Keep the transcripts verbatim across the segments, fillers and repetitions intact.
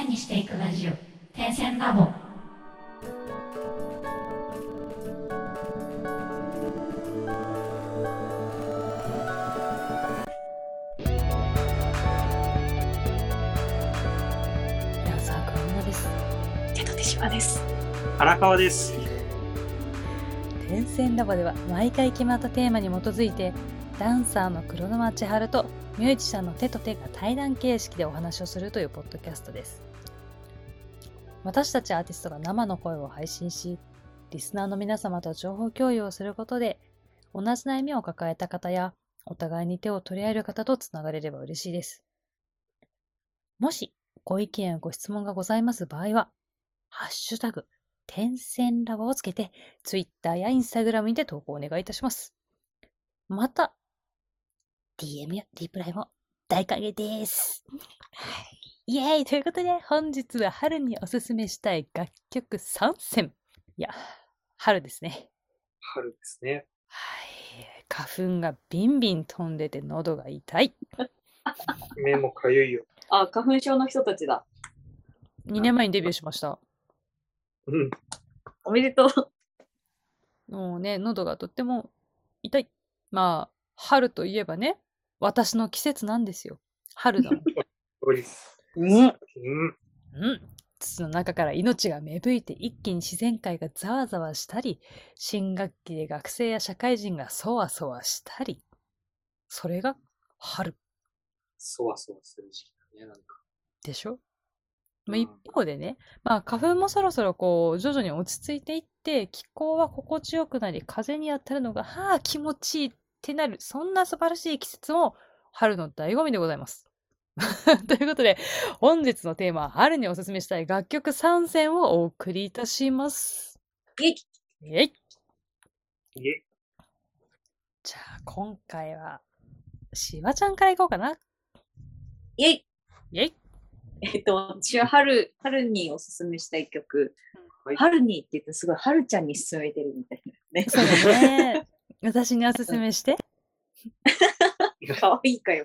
線にしていくラジオ、点線ラボ。 ダンサー川村です。 手と手島です。 荒川です。 点線ラボでは毎回決まったテーマに基づいて、ダンサーの黒沼千春とミュージシャンの手と手が対談形式でお話をするというポッドキャストです。私たちアーティストが生の声を配信し、リスナーの皆様と情報共有をすることで、同じ悩みを抱えた方や、お互いに手を取り合える方とつながれれば嬉しいです。もしご意見やご質問がございます場合は、ハッシュタグ、点線ラボをつけて、Twitter や Instagram にて投稿をお願いいたします。また、ディーエム やリプライも大歓迎です。イエーイということで、本日は春におすすめしたい楽曲さんせん。いや、春ですね。 春ですね。 はい。花粉がビンビン飛んでて喉が痛い。 目もかゆいよ。 あ、花粉症の人たちだ。 にねんまえにデビューしました。 うん。 おめでとう。 もうね、喉がとっても痛い。まあ、春といえばね、私の季節なんですよ。春だもん。 うん。 うん。筒の中から命が芽吹いて一気に自然界がざわざわしたり、新学期で学生や社会人がそわそわしたり。それが春。 そわそわする時期だね、なんか。 でしょ？まあ、一方でね、まあ花粉もそろそろこう徐々に落ち着いていって、気候は心地よくなり、風に当たるのが、はあ、気持ちいいってなる、そんな素晴らしい季節も春の醍醐味でございます。ということで、本日のテーマは春におすすめしたい楽曲さんせんをお送りいたします。 イェイイェイいえ。 じゃあ今回は、しばちゃんからいこうかな。 イェイイェイえっと、私は春、春におすすめしたい曲。 はい春にって言ってすごい春ちゃんに勧めてるみたいなね。 そうだね。私におすすめして。 かわいいかよ。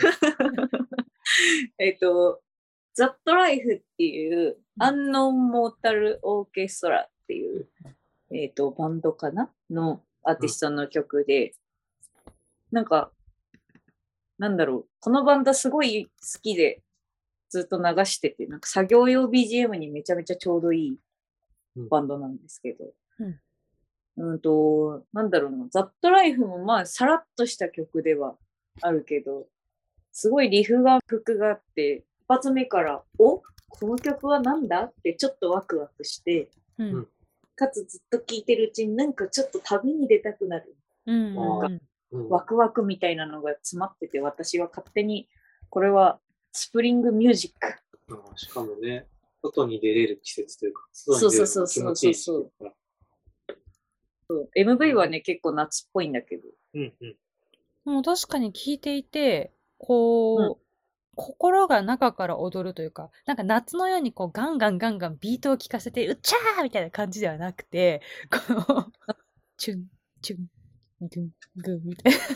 えっと、ザットライフっていう、アンノンモータルオーケストラっていう、えっと、バンドかなのアーティストの曲で、なんか、なんだろう、このバンドすごい好きで、ずっと流してて、なんか作業用 ビージーエム にめちゃめちゃちょうどいいバンドなんですけど、うん、うんと、なんだろうな、ザットライフもまあ、さらっとした曲ではあるけど、すごいリフが、曲があって、一発目から、おこの曲はなんだってちょっとワクワクして、 うん、 かつずっと聴いてるうちになんかちょっと旅に出たくなる。 うん、 なんかうん、 ワクワクみたいなのが詰まってて、私は勝手に、これはスプリングミュージック。 あしかもね、外に出れる季節というか、 そうそうそうそうそうそう。エムブイ はね、結構夏っぽいんだけど。 うんうん。 もう確かに聴いていて、こう、うん、心が中から踊るというか、なんか夏のようにこうガンガンガンガンビートを聴かせて、うっちゃーみたいな感じではなくて、この、チュン、チュン、グン、グンみたいな。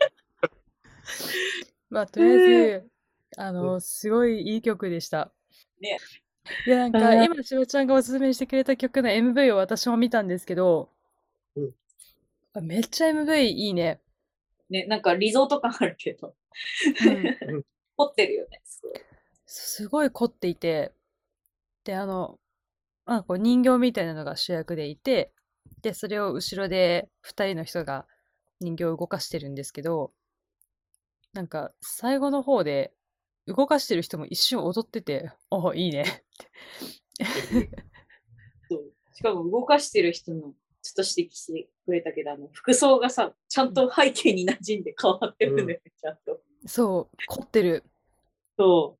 まあ、とりあえず、あの、すごいいい曲でした。 ね。 いや、なんか、今、しばちゃんがおすすめしてくれた曲の エムブイ を私も見たんですけど、うん、めっちゃ エムブイ いいね。 ね、なんかリゾート感あるけど。うん、凝ってるよね。すごい。 すごい凝っていて、で、あの、あこう人形みたいなのが主役でいて、で、それを後ろで二人の人が人形を動かしてるんですけど、なんか最後の方で動かしてる人も一瞬踊ってて、おいいねそうしかも動かしてる人のちょっと指摘してくれたけど、あの服装がさ、ちゃんと背景に馴染んで変わってるんだよね、うん、ちゃんと。 そう、凝ってる。 そう。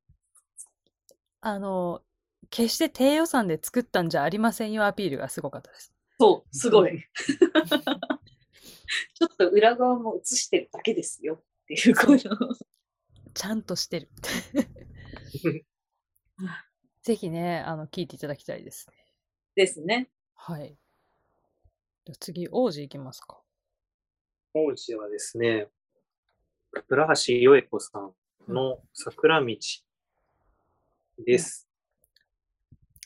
あの、決して低予算で作ったんじゃありませんよアピールがすごかったです。 そう、すごい。ちょっと裏側も映してるだけですよっていうこと。 ちゃんとしてる。ぜひね、あの、聞いていただきたいですね。 ですね。 はい。じゃ次、王子いきますか。 王子はですね、倉橋よえ子さんの桜道です。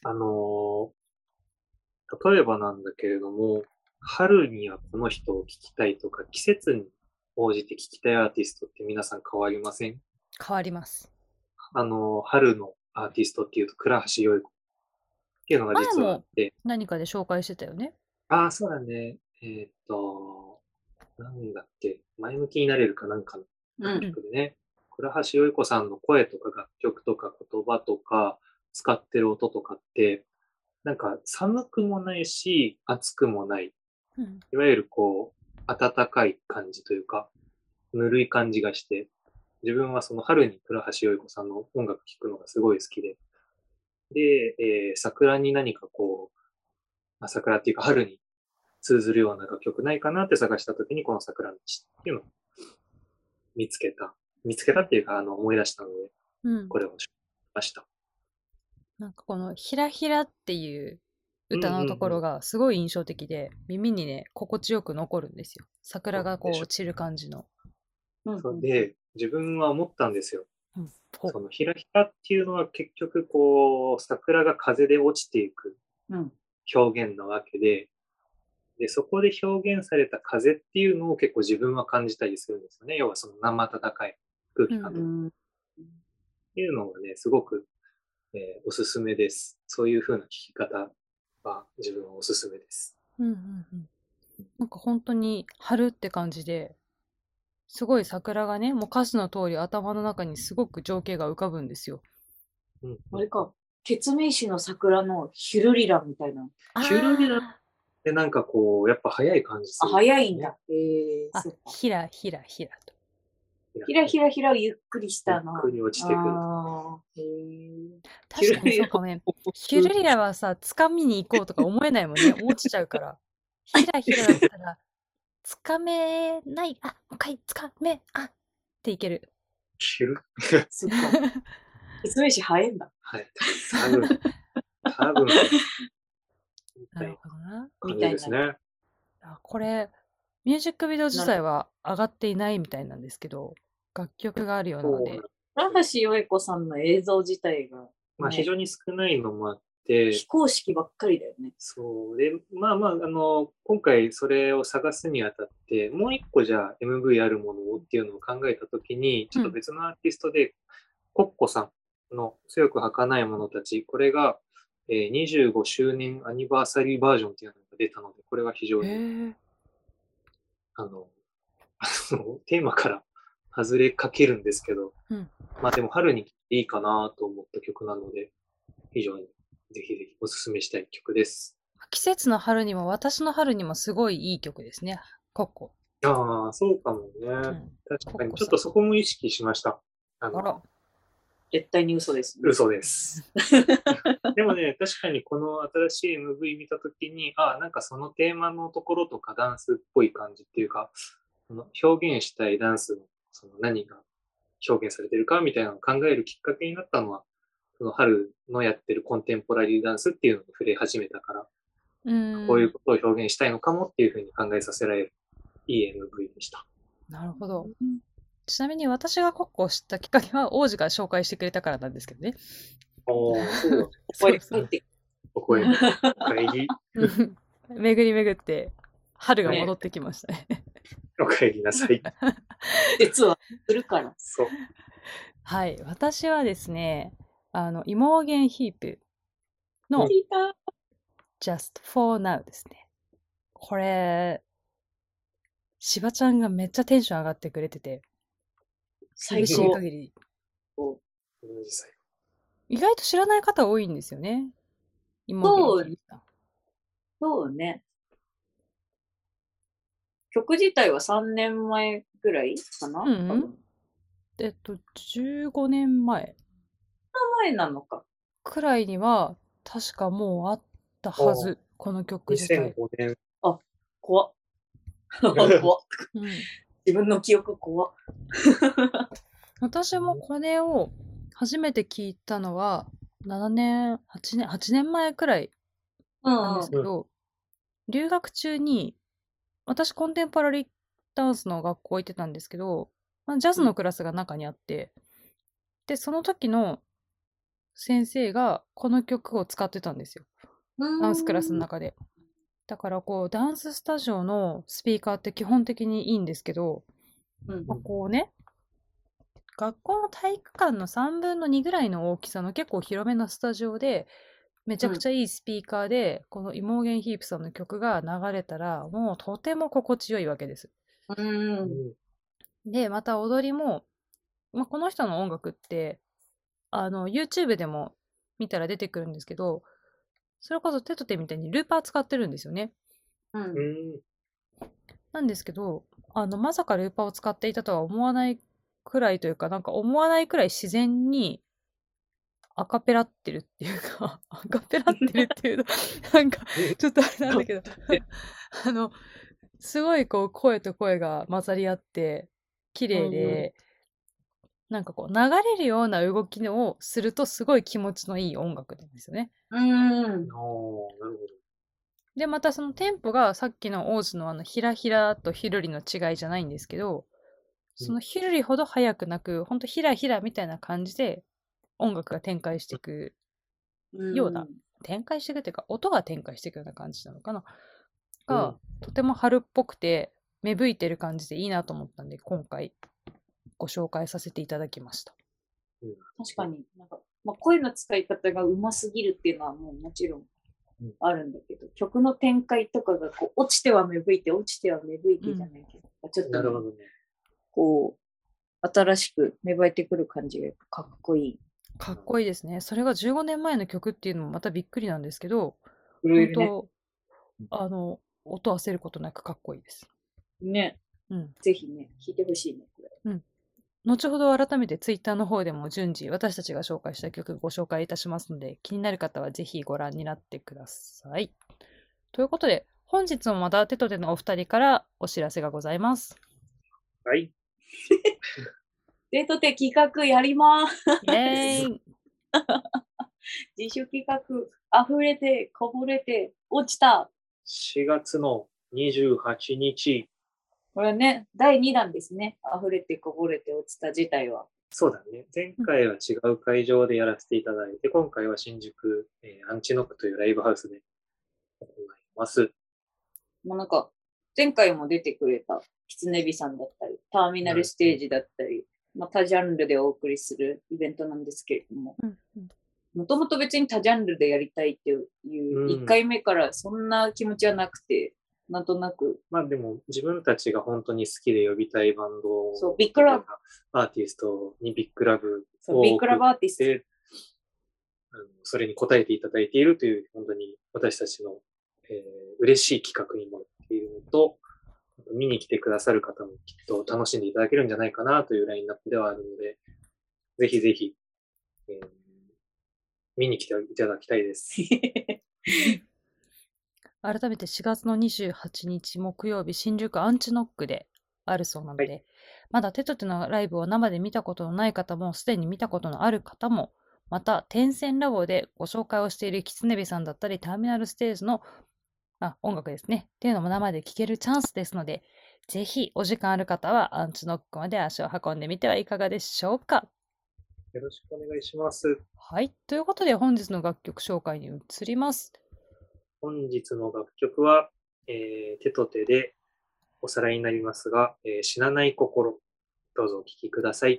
あのー例えばなんだけれども、春にはこの人を聴きたいとか、季節に応じて聴きたいアーティストって皆さん変わりません？ 変わります。 あのー春のアーティストっていうと、倉橋よい子っていうのが前実はあっもて、 何かで紹介してたよね。 ああ、そうだね。えーっと、なんだっけ、前向きになれるかなんかの楽うん。 曲でね、倉橋よい子さんの声とか楽曲とか言葉とか使ってる音とかって、なんか寒くもないし、暑くもない。 うんいわゆるこう、暖かい感じというか、ぬるい感じがして、自分はその春に倉橋よい子さんの音楽聴くのがすごい好きで、で、えー桜に何かこう、まあ、桜っていうか春に通ずるような楽曲ないかなって探したときに、この桜道っていうのを見つけた。見つけたっていうか、あの、思い出したので、 うんこれをしました。 なんかこのひらひらっていう歌のとこうんうんうんろがすごい印象的で、耳にね、心地よく残るんですよ。桜がこそうでしょう散る感じの。 うんそうで、自分は思ったんですよ。 うん、ほそのひらひらっていうのは結局こう、桜が風で落ちていくうん。 表現なわけで、で、そこで表現された風っていうのを結構自分は感じたりするんですよね。要はその生暖かい空気感とかっうん。 ていうのがね、すごく、えーおすすめです。そういう風な聞き方は自分はおすすめです。 うんうんうん。なんか本当に春って感じで、すごい桜がね、もう歌詞の通り頭の中にすごく情景が浮かぶんですよ。 うん、 あれか、ケツメイシの桜のヒュルリラみたいな。 ヒュルリラっあてなんかこう、やっぱ早い感じすあ、 る、 早いんだ。ええーあそっ、か。 ひらひらひらと。 ひらひらひらゆっくりしたな。 ゆっくり落ちてくる。 ああ、へえ。 確かにそうかもね。ヒュルリラはさ、つかみに行こうとか思えないもんね。落ちちゃうから。ひらひらだったら、つかめない、あ、もう一回つかめ、あっていける。 ヒュルそっか。ケツメイシ早いんだ。 はい。多分、多分、みたないるなほどな。 感じですね。 あ、これ、ミュージックビデオ自体は上がっていないみたいなんですけど、楽曲があるようなので、 倉橋よい子さんの映像自体が、 まあね非常に少ないのもあって、 非公式ばっかりだよね。 そう。で、まあまあ、あの、今回それを探すにあたって、もう一個じゃあ エムブイ あるものをっていうのを考えたときに、ちょっと別のアーティストで、コッコさんの強く儚い者たち、これが、えーにじゅうごしゅうねんアニバーサリーバージョンっていうのが出たので、これは非常へに、 え。 あの、あのテーマから外れかけるんですけど、 うん。 まあでも春にいいかなと思った曲なので、非常にぜひぜひおすすめしたい曲です。 季節の春にも私の春にもすごいいい曲ですね。コッコ。 ああ、そうかもね。 うん。 確かに、ちょっとそこも意識しました。あのあら。 絶対に嘘です、ね。 嘘です。でもね、確かにこの新しい エムブイ 見たときに、ああ、なんかそのテーマのところとかダンスっぽい感じっていうか、その表現したいダンスのその何が表現されてるかみたいなのを考えるきっかけになったのは、その春のやってるコンテンポラリーダンスっていうのに触れ始めたから、 うーん。 こういうことを表現したいのかもっていうふうに考えさせられるいい エムブイ でした。 なるほど。ちなみに私がコッコを知ったきっかけは王子が紹介してくれたからなんですけどね。 ああ、そうだ。 ここへそう帰ってここへの帰り、 そう巡り巡って春が戻ってきましたね。 お帰りなさい。 実はするから。 そう。 はい。私はですね、あの、イモーゲンヒープの聞いた。 Just for Now ですね。これ、しばちゃんがめっちゃテンション上がってくれてて、 最嬉しい高。 限り。意外と知らない方多いんですよね。イモーゲンヒープさん。 そうね。曲自体はさんねんまえぐらいかな、 うんうん多分えっと、じゅうごねんまえ前なのか。 くらいには、確かもうあったはず。この曲自体。 にせんごねん。 怖っ。怖っ。 うん、 自分の記憶怖っ。 私もこれを初めて聞いたのは、ななねん、はちねん、はちねんまえくらいなんですけど、留学中に、私コンテンポラリーダンスの学校行ってたんですけど、まあ、ジャズのクラスが中にあって、で、その時の先生がこの曲を使ってたんですよ。ダンスクラスの中で。だからこう、ダンススタジオのスピーカーって基本的にいいんですけど、 うんまあ、こうね、学校の体育館のさんぶんのにぐらいの大きさの結構広めのスタジオで、めちゃくちゃいいスピーカーで、このイモーゲンヒープさんの曲が流れたら、もうとても心地よいわけです。 うんで、また踊りも、まあ、この人の音楽って、あの、YouTube でも見たら出てくるんですけど、それこそテトテみたいにルーパー使ってるんですよね。 うんうん。 なんですけど、あの、まさかルーパーを使っていたとは思わないくらいというか、なんか思わないくらい自然にアカペラってるっていうか、アカペラってるっていうの、なんか、ちょっとあれなんだけど、あの、すごいこう、声と声が混ざり合って、綺麗で、なんかこう、流れるような動きをすると、すごい気持ちのいい音楽なんですよね。 うんああ、なるほで、またそのテンポがさっきのオーズのあの、ひらひらとひるりの違いじゃないんですけど、そのひるりほど速くなく、ほんとひらひらみたいな感じで、音楽が展開していくような、展開していくっていうか、音が展開していくような感じなのかな。が、とても春っぽくて、芽吹いてる感じでいいなと思ったんで、今回ご紹介させていただきました。 確かになんか、まあ、声の使い方がうますぎるっていうのはもうもちろんあるんだけど、曲の展開とかがこう落ちては芽吹いて落ちては芽吹いてじゃないけど、ちょっど。 となるほどね。 こう新しく芽生えてくる感じがかっこいい。 かっこいいですね。それがじゅうごねんまえの曲っていうのもまたびっくりなんですけど、 震えるね。 本当、あの、音あせることなくかっこいいです。 ね。 うん。 ぜひね、聴いてほしいね、これ。 うん。後ほど改めてツイッターの方でも順次私たちが紹介した曲ご紹介いたしますので、気になる方はぜひご覧になってください。ということで、本日もまたテトテのお二人からお知らせがございます。 はい。 デートテ企画やりまーす。 イエーイ自主企画、溢れて、こぼれて、落ちた。 しがつのにじゅうはちにち。 これね、だいにだんですね。溢れて、こぼれて、落ちた自体は。 そうだね。前回は違う会場でやらせていただいて、今回は新宿、えーアンチノックというライブハウスで行います。 もうなんか、前回も出てくれた、キツネビさんだったり、ターミナルステージだったり、まあ、多ジャンルでお送りするイベントなんですけれども、 うんうんもともと別に多ジャンルでやりたいっていう、 うんいっかいめからそんな気持ちはなくて、なんとなく、 まあでも自分たちが本当に好きで呼びたいバンドをそうビッグラブアーティストにビッグラブそうビッグラブアーティストで、あのそれに応えていただいているという本当に私たちの、えー、嬉しい企画にもなっているのと、見に来てくださる方もきっと楽しんでいただけるんじゃないかなというラインナップではあるので、ぜひぜひ、えー、見に来ていただきたいです。 改めてしがつのにじゅうはちにち木曜日、新宿アンチノックであるそうなので、 はい、 まだテトテのライブを生で見たことのない方も、すでに見たことのある方も、また、天線ラボでご紹介をしているキツネビさんだったり、ターミナルステージのあ音楽ですね。っていうのも生で聴けるチャンスですので、ぜひお時間ある方はアンチノックまで足を運んでみてはいかがでしょうか。 よろしくお願いします。 はい。ということで、本日の楽曲紹介に移ります。 本日の楽曲は、えー、テトテでおさらいになりますが、えー、死なない心、どうぞお聴きください。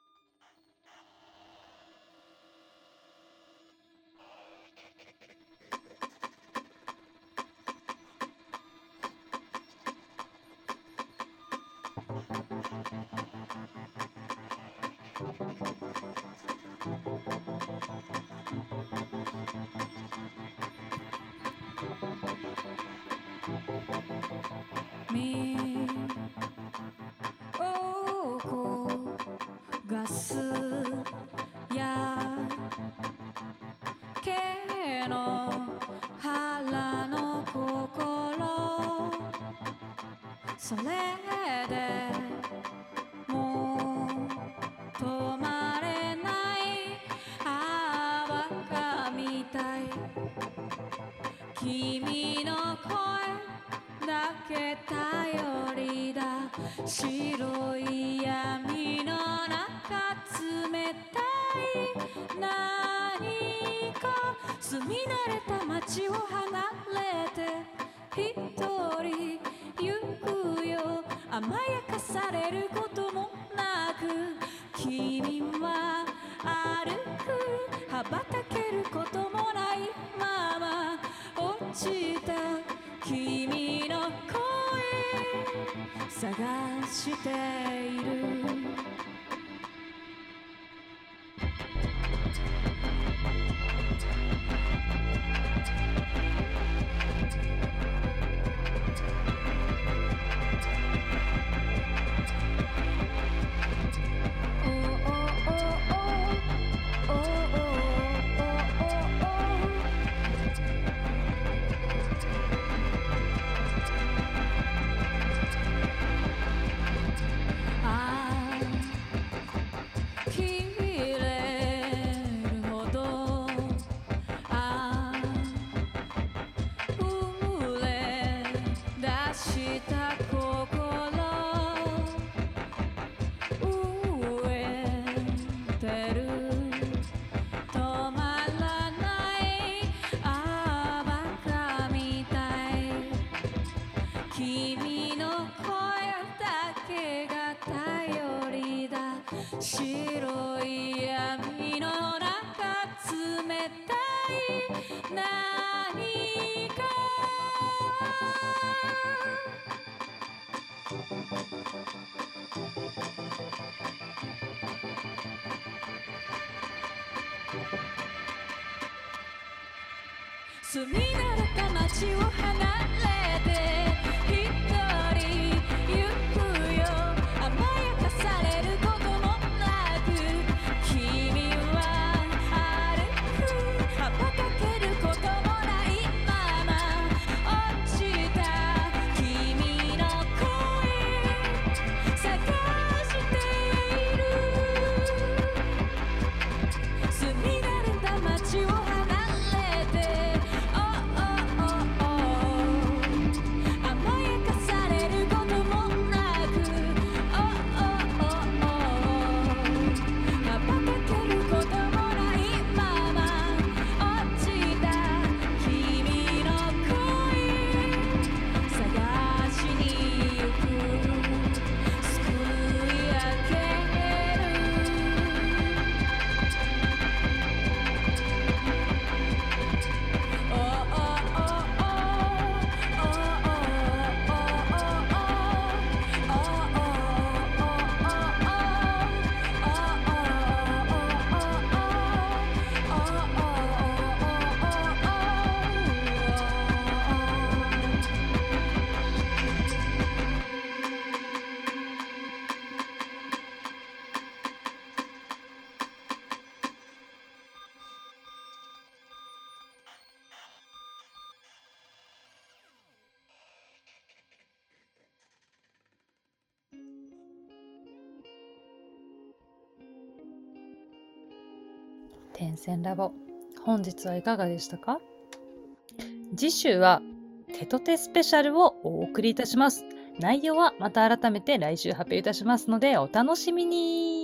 見ガスやけの腹の心それでもう止まれないあバカみたい君の声だけ頼りだ白い闇の中冷たい何か住み慣れた街を離れて一人行くよ。甘やかされることもなく君は歩く。羽ばたけることもないまま落ちた君の声探している。白い闇の中冷たい何か住み慣れた街を離れて一人行くよ。甘やかされることもなく君は歩く。羽ばたけることもないまま落ちた君の声探している。住み慣れた街を離れて点線ラボ、本日はいかがでしたか？次週はテトテスペシャルをお送りいたします。内容はまた改めて来週発表いたしますのでお楽しみに。